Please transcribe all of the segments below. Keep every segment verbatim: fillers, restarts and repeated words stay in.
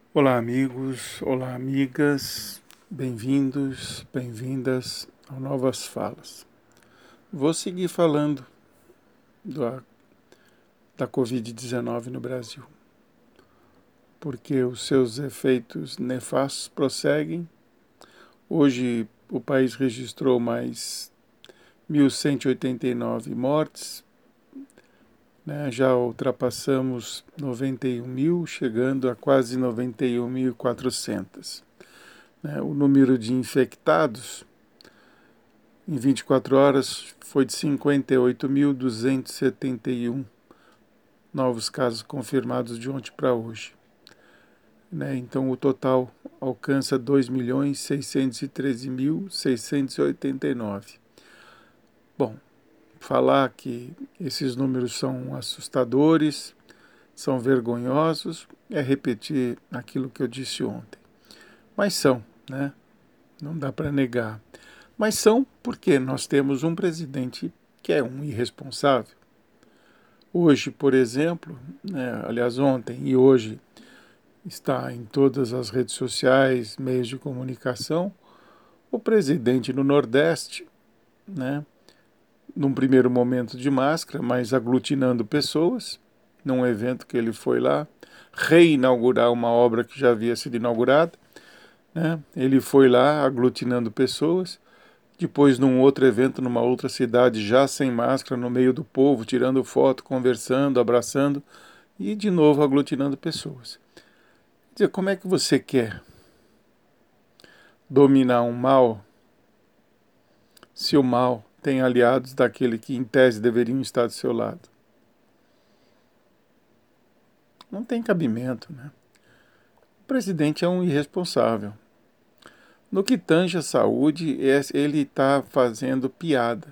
Olá, amigos, olá, amigas, bem-vindos, bem-vindas ao Novas Falas. Vou seguir falando da, da covid dezenove no Brasil, porque os seus efeitos nefastos prosseguem. Hoje o país registrou mais mil cento e oitenta e nove mortes, né? Já ultrapassamos noventa e um mil, chegando a quase noventa e um mil e quatrocentos. Né? O número de infectados em vinte e quatro horas foi de cinquenta e oito mil duzentos e setenta e um novos casos confirmados de ontem para hoje. Né? Então o total alcança dois milhões seiscentos e treze mil seiscentos e oitenta e nove. Bom, falar que esses números são assustadores, são vergonhosos, é repetir aquilo que eu disse ontem. Mas são, né? Não dá para negar. Mas são porque nós temos um presidente que é um irresponsável. Hoje, por exemplo, né, aliás, ontem e hoje, está em todas as redes sociais, meios de comunicação, o presidente no Nordeste, né, num primeiro momento de máscara, mas aglutinando pessoas, num evento que ele foi lá reinaugurar uma obra que já havia sido inaugurada, né, ele foi lá aglutinando pessoas. Depois, num outro evento, numa outra cidade, já sem máscara, no meio do povo, tirando foto, conversando, abraçando e, de novo, aglutinando pessoas. Quer dizer, como é que você quer dominar um mal se o mal tem aliados daquele que, em tese, deveriam estar do seu lado? Não tem cabimento, né? O presidente é um irresponsável. No que tange a saúde, ele está fazendo piada.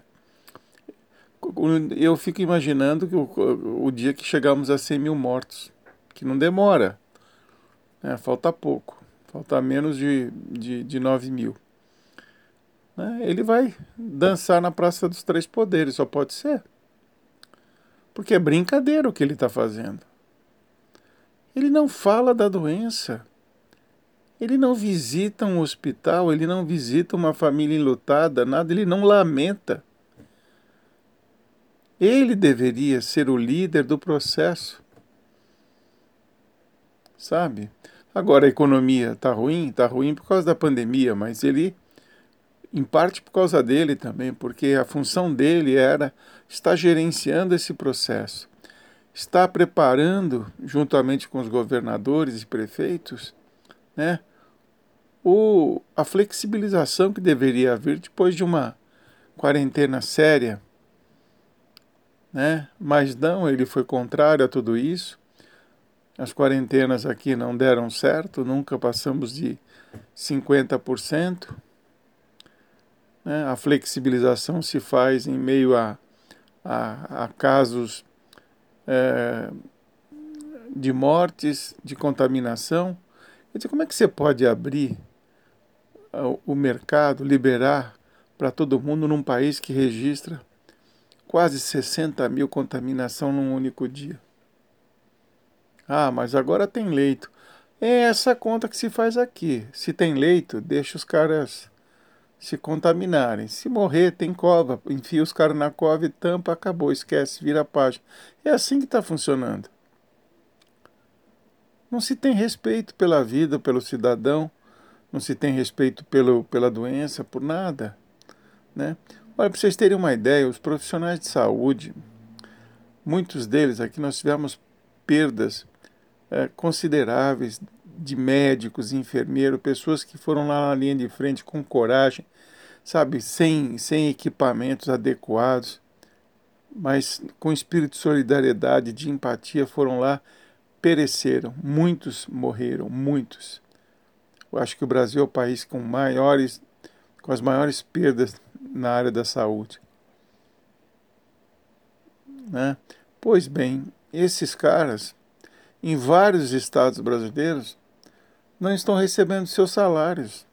Eu fico imaginando que o, o dia que chegamos a cem mil mortos, que não demora, né? Falta pouco, falta menos de, de, de nove mil. Né? Ele vai dançar na Praça dos Três Poderes, só pode ser. Porque é brincadeira o que ele está fazendo. Ele não fala da doença. Ele não visita um hospital, ele não visita uma família enlutada, nada, ele não lamenta. Ele deveria ser o líder do processo, sabe? Agora a economia está ruim, está ruim por causa da pandemia, mas ele, em parte por causa dele também, porque a função dele era estar gerenciando esse processo, estar preparando, juntamente com os governadores e prefeitos, né, o, a flexibilização que deveria haver depois de uma quarentena séria, né? Mas não, ele foi contrário a tudo isso. As quarentenas aqui não deram certo, nunca passamos de cinquenta por cento. Né? A flexibilização se faz em meio a, a, a casos é, de mortes, de contaminação. Quer dizer, como é que você pode abrir uh, o mercado, liberar para todo mundo num país que registra quase sessenta mil contaminação num único dia? Ah, mas agora tem leito. É essa conta que se faz aqui. Se tem leito, deixa os caras se contaminarem. Se morrer, tem cova. Enfia os caras na cova e tampa, acabou, esquece, vira a página. É assim que está funcionando. Não se tem respeito pela vida, pelo cidadão, não se tem respeito pelo, pela doença, por nada. Né? Olha, para vocês terem uma ideia, os profissionais de saúde, muitos deles aqui nós tivemos perdas é, consideráveis de médicos, enfermeiros, pessoas que foram lá na linha de frente com coragem, sabe, sem, sem equipamentos adequados, mas com espírito de solidariedade, de empatia, foram lá, pereceram, muitos morreram, muitos. Eu acho que o Brasil é o país com maiores, com as maiores perdas na área da saúde. Né? Pois bem, esses caras, em vários estados brasileiros, não estão recebendo seus salários.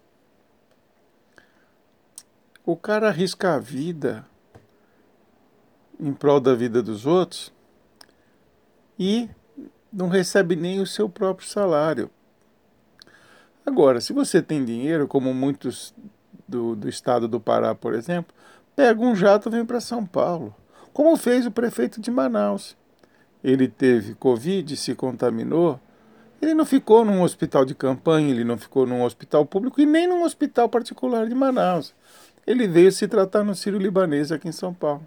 O cara arrisca a vida em prol da vida dos outros e não recebe nem o seu próprio salário. Agora, se você tem dinheiro, como muitos do, do estado do Pará, por exemplo, pega um jato e vem para São Paulo, como fez o prefeito de Manaus. Ele teve Covid, se contaminou, ele não ficou num hospital de campanha, ele não ficou num hospital público e nem num hospital particular de Manaus. Ele veio se tratar no Sírio-Libanês aqui em São Paulo.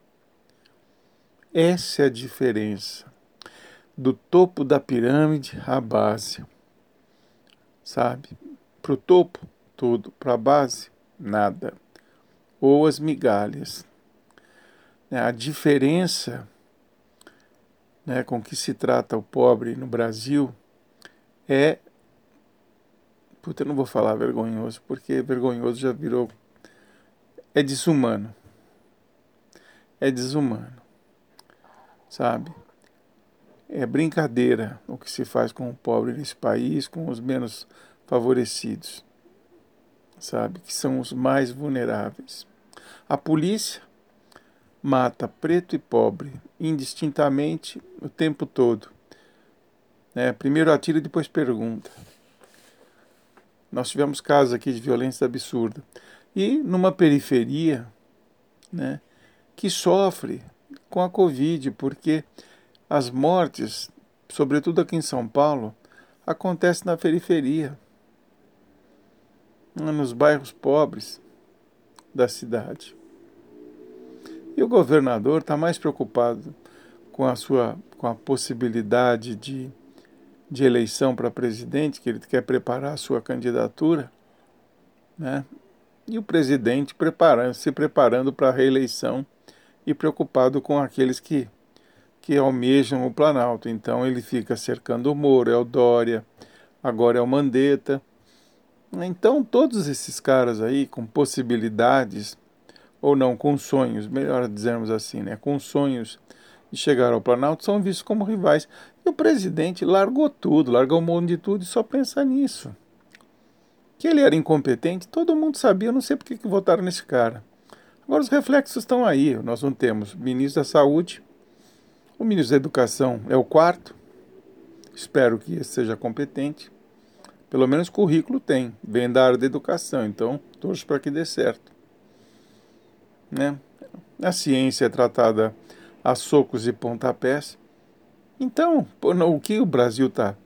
Essa é a diferença do topo da pirâmide à base, sabe? Para o topo, tudo. Para a base, nada. Ou as migalhas. A diferença, né, com que se trata o pobre no Brasil é... Puta, eu não vou falar vergonhoso, porque vergonhoso já virou... É desumano. É desumano, sabe? É brincadeira o que se faz com o pobre nesse país, com os menos favorecidos, sabe? Que são os mais vulneráveis. A polícia mata preto e pobre, indistintamente, o tempo todo. Né? Primeiro atira e depois pergunta. Nós tivemos casos aqui de violência absurda. E numa periferia, né, que sofre com a Covid, porque as mortes, sobretudo aqui em São Paulo, acontecem na periferia, nos bairros pobres da cidade. E o governador está mais preocupado com a sua, com a possibilidade de, de eleição para presidente, que ele quer preparar a sua candidatura, né? E o presidente preparando, se preparando para a reeleição e preocupado com aqueles que, que almejam o Planalto. Então ele fica cercando o Moro, é o Dória, agora é o Mandetta. Então todos esses caras aí com possibilidades, ou não, com sonhos, melhor dizermos assim, né, com sonhos de chegar ao Planalto, são vistos como rivais. E o presidente largou tudo, largou um monte de tudo e só pensa nisso. Que ele era incompetente, todo mundo sabia, eu não sei por que que votaram nesse cara. Agora os reflexos estão aí, nós não temos o ministro da Saúde, o ministro da Educação é o quarto, espero que esse seja competente, pelo menos currículo tem, vem da área da educação, então torço para que dê certo. Né? A ciência é tratada a socos e pontapés, então o que o Brasil está...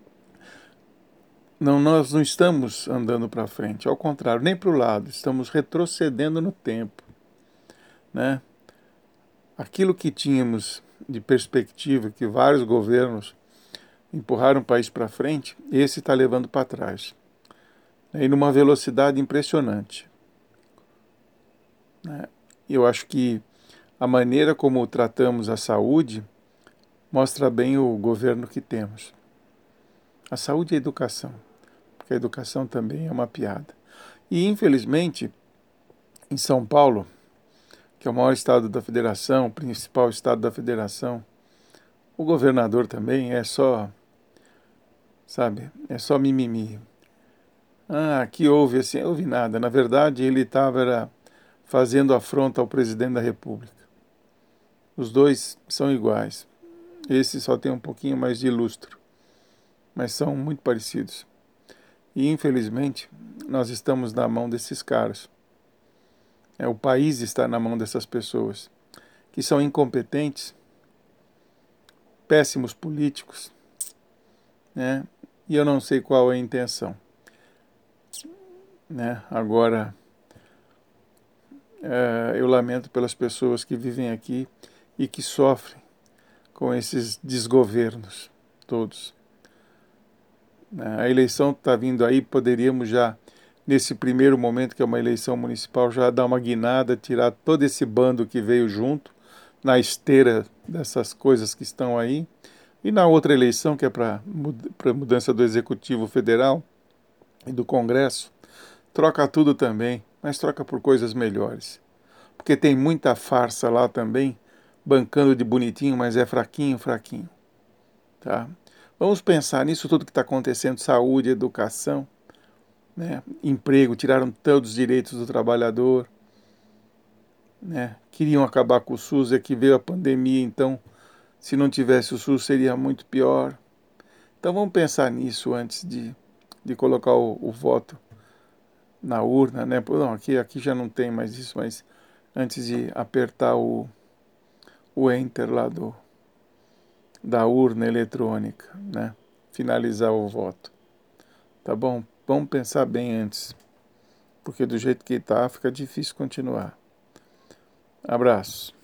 Não, nós não estamos andando para frente, ao contrário, nem para o lado, estamos retrocedendo no tempo. Né? Aquilo que tínhamos de perspectiva, que vários governos empurraram o país para frente, esse está levando para trás. E numa velocidade impressionante. Né? Eu acho que a maneira como tratamos a saúde mostra bem o governo que temos. A saúde e a educação, porque a educação também é uma piada. E, infelizmente, em São Paulo, que é o maior estado da federação, o principal estado da federação, o governador também é só, sabe, é só mimimi. Ah, aqui houve assim, houve nada. Na verdade, ele estava fazendo afronta ao presidente da República. Os dois são iguais. Esse só tem um pouquinho mais de lustro, mas são muito parecidos. E, infelizmente, nós estamos na mão desses caras. É, o país está na mão dessas pessoas, que são incompetentes, péssimos políticos, né? E eu não sei qual é a intenção. Né? Agora, é, eu lamento pelas pessoas que vivem aqui e que sofrem com esses desgovernos todos. A eleição está vindo aí, poderíamos já, nesse primeiro momento que é uma eleição municipal, já dar uma guinada, tirar todo esse bando que veio junto, na esteira dessas coisas que estão aí, e na outra eleição, que é para a mudança do Executivo Federal e do Congresso, troca tudo também, mas troca por coisas melhores. Porque tem muita farsa lá também, bancando de bonitinho, mas é fraquinho, fraquinho. Tá? Vamos pensar nisso tudo que está acontecendo, saúde, educação, né? Emprego, tiraram todos os direitos do trabalhador, né? Queriam acabar com o SUS, é que veio a pandemia, então se não tivesse o SUS seria muito pior. Então vamos pensar nisso antes de de colocar o, o voto na urna, né? Não, aqui, aqui já não tem mais isso, mas antes de apertar o, o enter lá do, da urna eletrônica, né? Finalizar o voto. Tá bom? Vamos pensar bem antes, porque do jeito que tá, fica difícil continuar. Abraço.